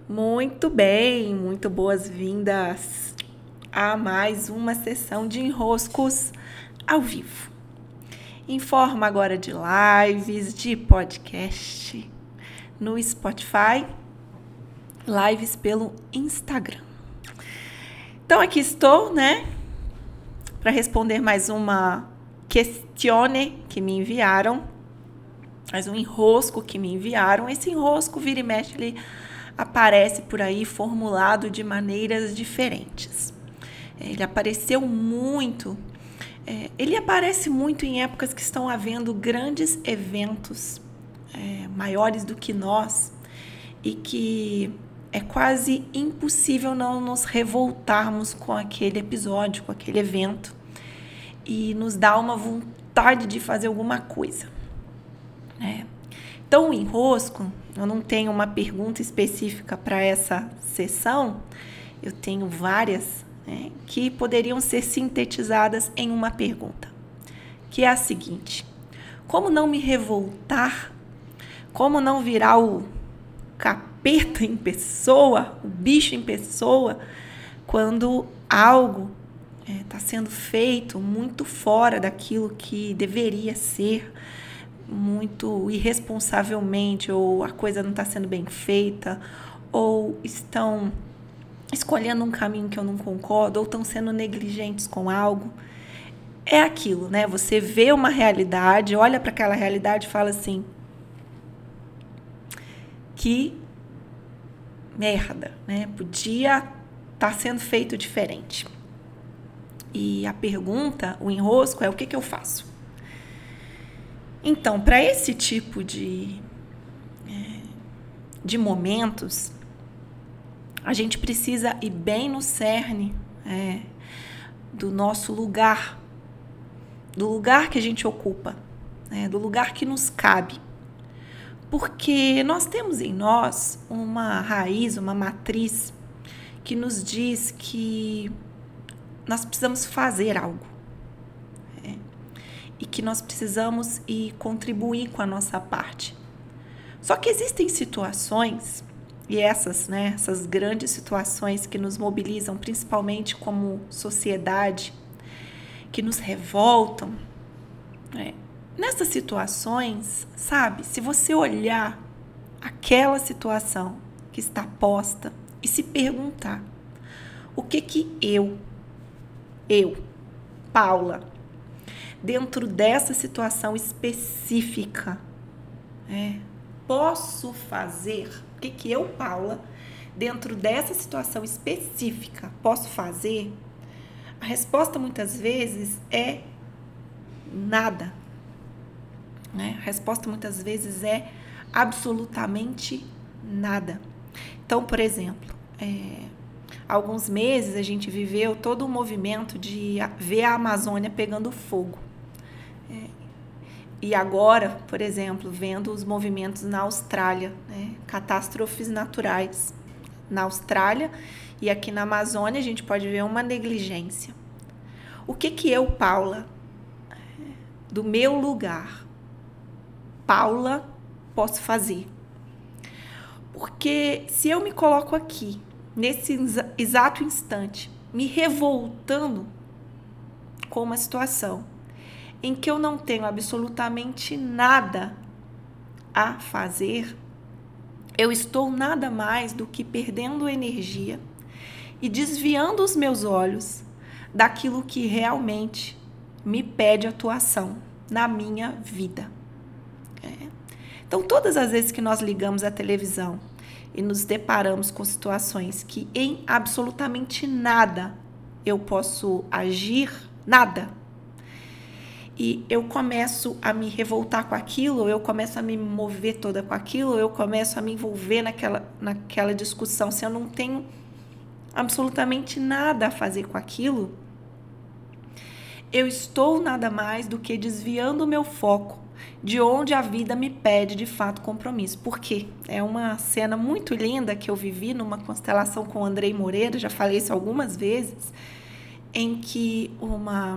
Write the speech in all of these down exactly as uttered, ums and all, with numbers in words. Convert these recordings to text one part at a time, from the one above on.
Muito bem, muito boas-vindas a mais uma sessão de enroscos ao vivo. Em forma agora de lives, de podcast no Spotify, lives pelo Instagram. Então aqui estou, né, para responder mais uma questione que me enviaram, mais um enrosco que me enviaram. Esse enrosco vira e mexe, ele aparece por aí formulado de maneiras diferentes. Ele apareceu muito, é, ele aparece muito em épocas que estão havendo grandes eventos é, maiores do que nós e que é quase impossível não nos revoltarmos com aquele episódio, com aquele evento e nos dá uma vontade de fazer alguma coisa. É. Então, o enrosco, eu não tenho uma pergunta específica para essa sessão, eu tenho várias, né, que poderiam ser sintetizadas em uma pergunta, que é a seguinte: como não me revoltar? Como não virar o capeta em pessoa, o bicho em pessoa, quando algo está é, sendo feito muito fora daquilo que deveria ser, muito irresponsavelmente, ou a coisa não está sendo bem feita, ou estão escolhendo um caminho que eu não concordo, ou estão sendo negligentes com algo. É aquilo, né? Você vê uma realidade, olha para aquela realidade e fala assim: que merda, né? Podia estar tá sendo feito diferente. E a pergunta, o enrosco é: o que, que eu faço? Então, para esse tipo de, é, de momentos, a gente precisa ir bem no cerne é, do nosso lugar, do lugar que a gente ocupa, é, do lugar que nos cabe. Porque nós temos em nós uma raiz, uma matriz que nos diz que nós precisamos fazer algo. É, e que nós precisamos ir contribuir com a nossa parte. Só que existem situações, e essas, né, essas grandes situações que nos mobilizam, principalmente como sociedade, que nos revoltam. É, nessas situações, sabe, se você olhar aquela situação que está posta e se perguntar: o que que eu, eu, Paula, dentro dessa situação específica, é, posso fazer? O que que eu, Paula, dentro dessa situação específica, posso fazer? A resposta muitas vezes é nada. Né? A resposta muitas vezes é absolutamente nada. Então, por exemplo, é, há alguns meses a gente viveu todo um movimento de ver a Amazônia pegando fogo. É, e agora, por exemplo, vendo os movimentos na Austrália, né? Catástrofes naturais na Austrália, e aqui na Amazônia a gente pode ver uma negligência. O que que eu, Paula, do meu lugar, Paula, posso fazer? Porque se eu me coloco aqui, nesse exato instante, me revoltando com uma situação em que eu não tenho absolutamente nada a fazer, eu estou nada mais do que perdendo energia e desviando os meus olhos daquilo que realmente me pede atuação na minha vida. É. Então, todas as vezes que nós ligamos a televisão e nos deparamos com situações que em absolutamente nada eu posso agir, nada, e eu começo a me revoltar com aquilo, eu começo a me mover toda com aquilo, eu começo a me envolver naquela, naquela discussão, se eu não tenho absolutamente nada a fazer com aquilo, eu estou nada mais do que desviando o meu foco de onde a vida me pede de fato compromisso. Por quê? É uma cena muito linda que eu vivi numa constelação com o Andrei Moreira, já falei isso algumas vezes, em que uma,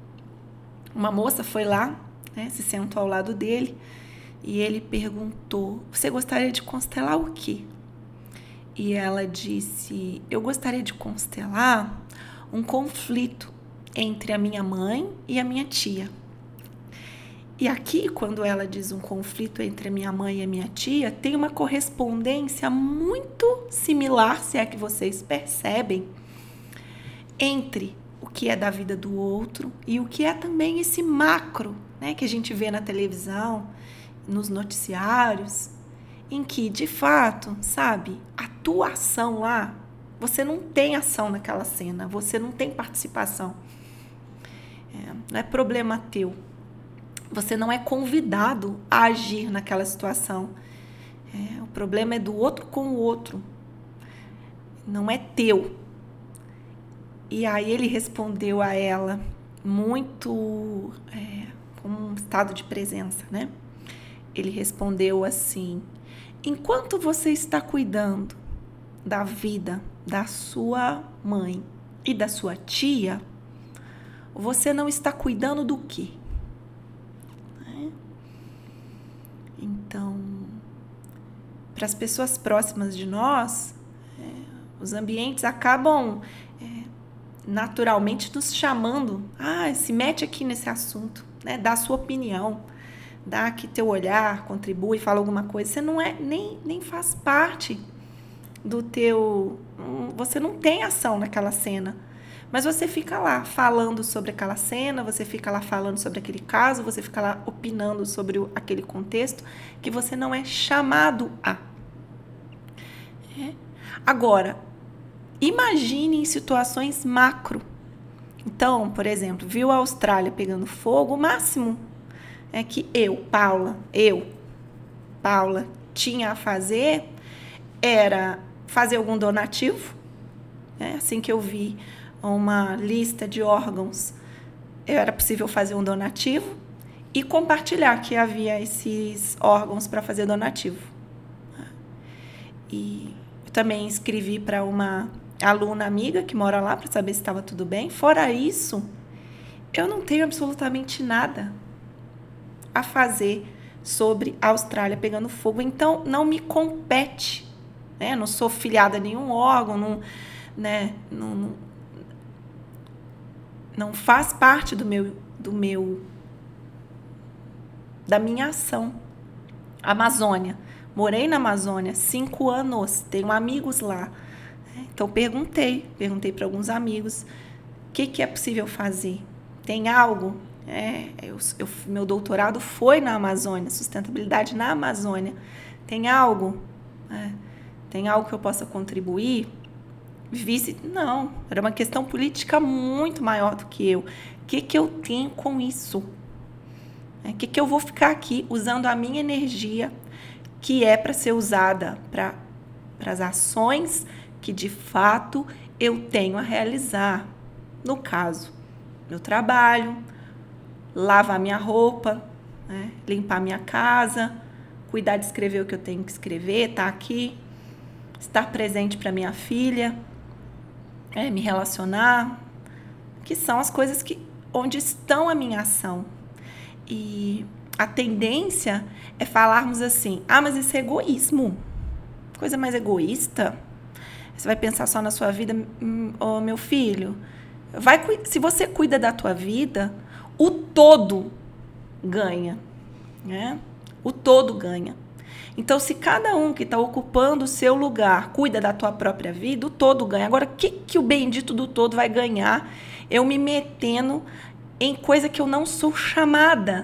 uma moça foi lá, né, se sentou ao lado dele e ele perguntou: você gostaria de constelar o quê? e ela disse: eu gostaria de constelar um conflito entre a minha mãe e a minha tia. E aqui, quando ela diz um conflito entre a minha mãe e a minha tia, tem uma correspondência muito similar, se é que vocês percebem, entre o que é da vida do outro e o que é também esse macro, né, que a gente vê na televisão, nos noticiários, em que, de fato, sabe, a tua ação lá, você não tem ação naquela cena, você não tem participação. É, não é problema teu. Você não é convidado a agir naquela situação. É, o problema é do outro com o outro. Não é teu. E aí ele respondeu a ela muito é, com um estado de presença, né? Ele respondeu assim: enquanto você está cuidando da vida da sua mãe e da sua tia, você não está cuidando do quê? Então, para as pessoas próximas de nós, é, os ambientes acabam é, naturalmente nos chamando. Ah, se mete aqui nesse assunto, né? Dá a sua opinião, dá aqui teu olhar, contribui, fala alguma coisa. Você não é, nem, nem faz parte do teu... Você não tem ação naquela cena. Mas você fica lá falando sobre aquela cena, você fica lá falando sobre aquele caso, você fica lá opinando sobre o, aquele contexto que você não é chamado a. É. Agora, imagine em situações macro. Então, por exemplo, viu a Austrália pegando fogo, o máximo é que eu, Paula, eu, Paula, tinha a fazer era fazer algum donativo. É, assim que eu vi uma lista de órgãos, era possível fazer um donativo e compartilhar que havia esses órgãos para fazer donativo. E eu também escrevi para uma aluna amiga que mora lá para saber se estava tudo bem. Fora isso, eu não tenho absolutamente nada a fazer sobre a Austrália pegando fogo, então não me compete, né? Não sou filiada a nenhum órgão, não, né? não, não Não faz parte do meu, do meu, da minha ação. Amazônia. Morei na Amazônia cinco anos, tenho amigos lá. Então perguntei, perguntei para alguns amigos, o que, que é possível fazer? Tem algo? É, eu, eu, meu doutorado foi na Amazônia, sustentabilidade na Amazônia. Tem algo? É, tem algo que eu possa contribuir? Vice, não, era uma questão política muito maior do que eu. O que, que eu tenho com isso? O que, que eu vou ficar aqui usando a minha energia, que é para ser usada para as ações que de fato eu tenho a realizar? No caso, meu trabalho, lavar minha roupa, né? Limpar minha casa, cuidar de escrever o que eu tenho que escrever, estar aqui, estar presente para minha filha. É, me relacionar, que são as coisas que, onde estão a minha ação. E a tendência é falarmos assim, ah, mas isso é egoísmo, coisa mais egoísta. Você vai pensar só na sua vida, oh, meu filho, vai, se você cuida da tua vida, o todo ganha, né? O todo ganha. Então, se cada um que está ocupando o seu lugar cuida da tua própria vida, o todo ganha. Agora, o que, que o bendito do todo vai ganhar eu me metendo em coisa que eu não sou chamada?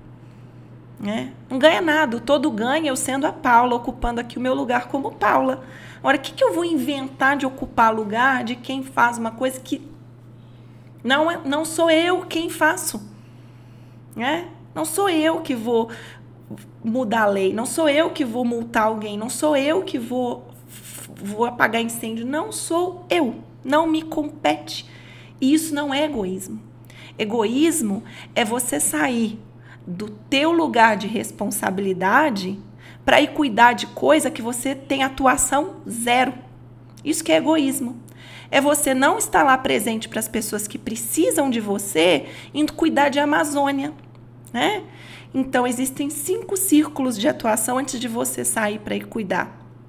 Né? Não ganha nada. O todo ganha eu sendo a Paula, ocupando aqui o meu lugar como Paula. Agora, o que, que eu vou inventar de ocupar lugar de quem faz uma coisa que não, é, não sou eu quem faço? Né? Não sou eu que vou mudar a lei, não sou eu que vou multar alguém, não sou eu que vou, vou apagar incêndio, não sou eu, não me compete. E isso não é egoísmo. Egoísmo é você sair do teu lugar de responsabilidade para ir cuidar de coisa que você tem atuação zero. Isso que é egoísmo. É você não estar lá presente para as pessoas que precisam de você, indo cuidar de Amazônia, né? Então, existem cinco círculos de atuação antes de você sair para ir cuidar.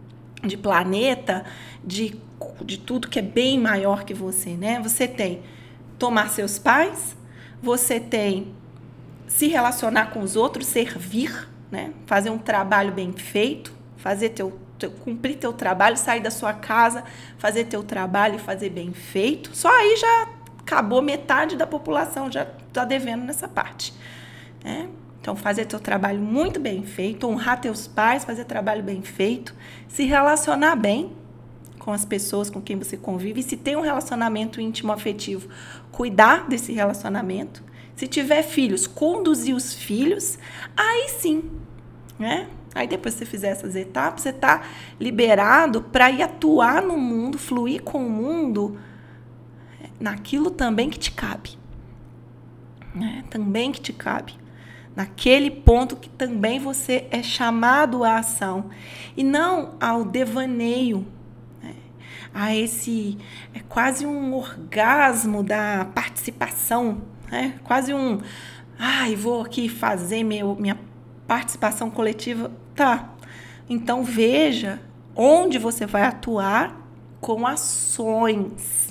de planeta, de, de tudo que é bem maior que você, né? Você tem tomar seus pais, você tem se relacionar com os outros, servir, né? Fazer um trabalho bem feito, fazer teu, teu, cumprir teu trabalho, sair da sua casa, fazer teu trabalho e fazer bem feito. Só aí já acabou metade da população, já está devendo nessa parte, né? Então, fazer teu trabalho muito bem feito, honrar teus pais, fazer trabalho bem feito, se relacionar bem com as pessoas com quem você convive. E se tem um relacionamento íntimo afetivo, cuidar desse relacionamento. Se tiver filhos, conduzir os filhos, aí sim, né? Aí depois que você fizer essas etapas, você está liberado para ir atuar no mundo, fluir com o mundo, naquilo também que te cabe, né? Também que te cabe. Naquele ponto que também você é chamado à ação. E não ao devaneio, né? A esse, é quase um orgasmo da participação, né? Quase um, ai, vou aqui fazer meu, minha participação coletiva. Tá, então veja onde você vai atuar com ações,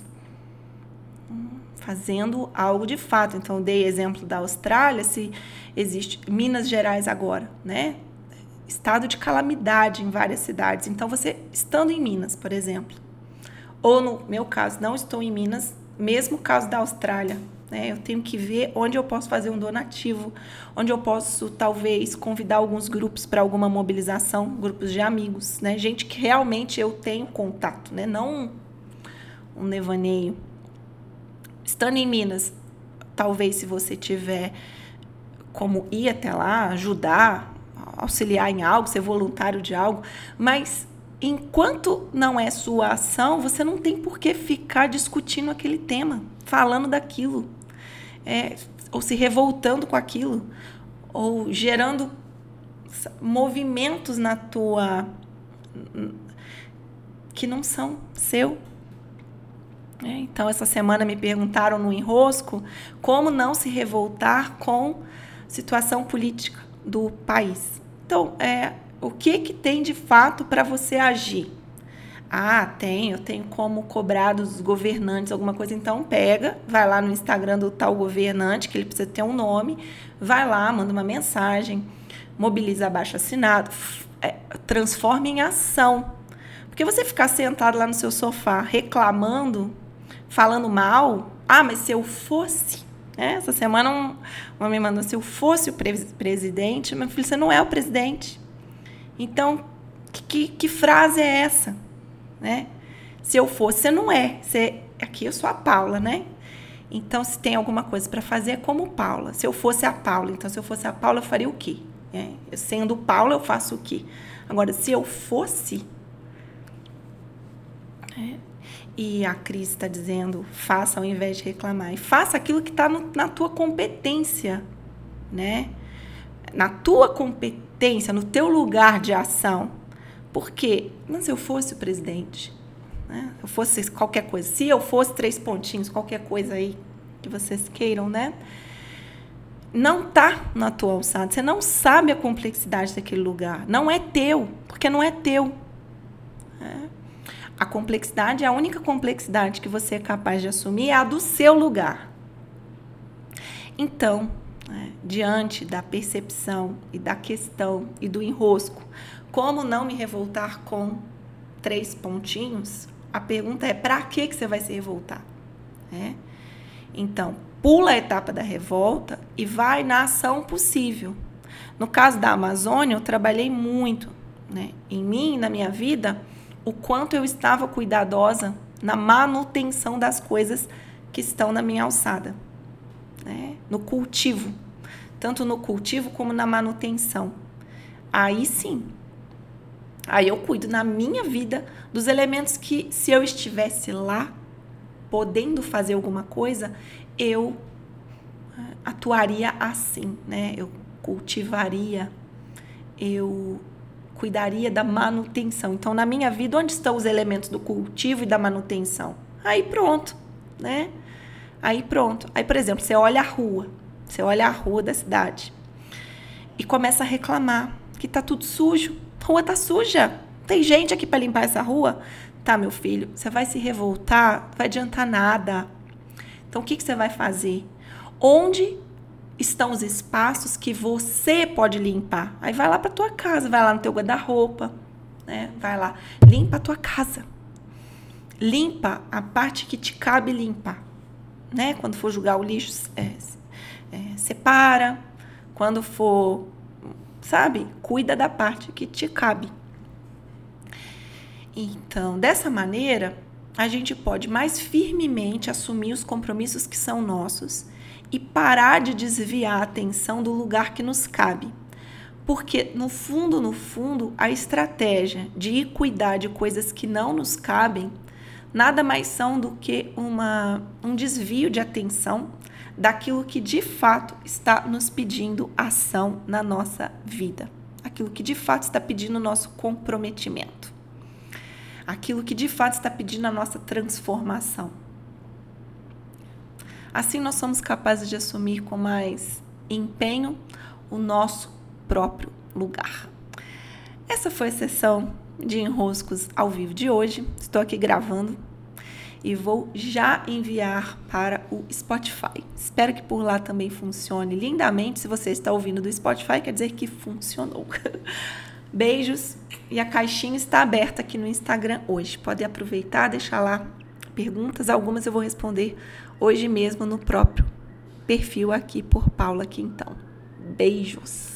fazendo algo de fato. Então, dei exemplo da Austrália, se existe Minas Gerais agora, né? Estado de calamidade em várias cidades. Então, você estando em Minas, por exemplo, ou no meu caso, não estou em Minas, mesmo caso da Austrália, né? Eu tenho que ver onde eu posso fazer um donativo, onde eu posso, talvez, convidar alguns grupos para alguma mobilização, grupos de amigos, né? Gente que realmente eu tenho contato, né? Não um, um devaneio. Estando em Minas, talvez se você tiver como ir até lá, ajudar, auxiliar em algo, ser voluntário de algo, mas enquanto não é sua ação, você não tem por que ficar discutindo aquele tema, falando daquilo, é, ou se revoltando com aquilo, ou gerando movimentos na tua que não são seu. Então, essa semana me perguntaram no Enrosco como não se revoltar com a situação política do país. Então, é, o que, que tem de fato para você agir? Ah, tem, eu tenho como cobrar dos governantes alguma coisa. Então, pega, vai lá no Instagram do tal governante, que ele precisa ter um nome, vai lá, manda uma mensagem, mobiliza abaixo-assinado, é, transforma em ação. Porque você ficar sentado lá no seu sofá reclamando, falando mal, ah, mas se eu fosse, né? Essa semana um, uma me mandou, se eu fosse o pre- presidente, meu filho, você não é o presidente. Então, que, que, que frase é essa? Né? Se eu fosse, você não é. Você, aqui eu sou a Paula, né? Então, se tem alguma coisa para fazer, é como Paula. Se eu fosse a Paula, então se eu fosse a Paula, eu faria o quê? É, eu sendo Paula, eu faço o quê? Agora, se eu fosse... É, e a Cris está dizendo, faça ao invés de reclamar. E faça aquilo que está na tua competência, né? Na tua competência, no teu lugar de ação. Por quê? Mas se eu fosse o presidente, né? Eu fosse qualquer coisa, se eu fosse três pontinhos, qualquer coisa aí que vocês queiram, né? Não tá na tua alçada. Você não sabe a complexidade daquele lugar. Não é teu, porque não é teu. Né? A complexidade, a única complexidade que você é capaz de assumir é a do seu lugar. Então, né, diante da percepção e da questão e do enrosco, como não me revoltar com três pontinhos? A pergunta é, para que que você vai se revoltar? É? Então, pula a etapa da revolta e vai na ação possível. No caso da Amazônia, eu trabalhei muito, né, em mim, na minha vida, o quanto eu estava cuidadosa na manutenção das coisas que estão na minha alçada, né? No cultivo, tanto no cultivo como na manutenção. Aí sim, aí eu cuido na minha vida dos elementos que, se eu estivesse lá, podendo fazer alguma coisa, eu atuaria assim, né? Eu cultivaria, eu cuidaria da manutenção. Então, na minha vida, onde estão os elementos do cultivo e da manutenção? Aí pronto, né? Aí pronto. Aí, por exemplo, você olha a rua, você olha a rua da cidade e começa a reclamar que tá tudo sujo. A rua tá suja, não tem gente aqui para limpar essa rua? Tá, meu filho, você vai se revoltar, não vai adiantar nada. Então, o que, que você vai fazer? Onde estão os espaços que você pode limpar? Aí vai lá para tua casa, vai lá no teu guarda-roupa, né? Vai lá, limpa a tua casa. Limpa a parte que te cabe limpar, né? Quando for jogar o lixo, é, é, separa. Quando for, sabe? Cuida da parte que te cabe. Então, dessa maneira, a gente pode mais firmemente assumir os compromissos que são nossos e parar de desviar a atenção do lugar que nos cabe. Porque, no fundo, no fundo, a estratégia de ir cuidar de coisas que não nos cabem nada mais são do que uma, um desvio de atenção daquilo que de fato está nos pedindo ação na nossa vida. Aquilo que de fato está pedindo o nosso comprometimento. Aquilo que de fato está pedindo a nossa transformação. Assim nós somos capazes de assumir com mais empenho o nosso próprio lugar. Essa foi a sessão de enroscos ao vivo de hoje. Estou aqui gravando e vou já enviar para o Spotify. Espero que por lá também funcione lindamente. Se você está ouvindo do Spotify, quer dizer que funcionou. Beijos, e a caixinha está aberta aqui no Instagram hoje. Pode aproveitar, deixar lá perguntas. Algumas eu vou responder hoje mesmo no próprio perfil aqui por Paula Quintão. Beijos!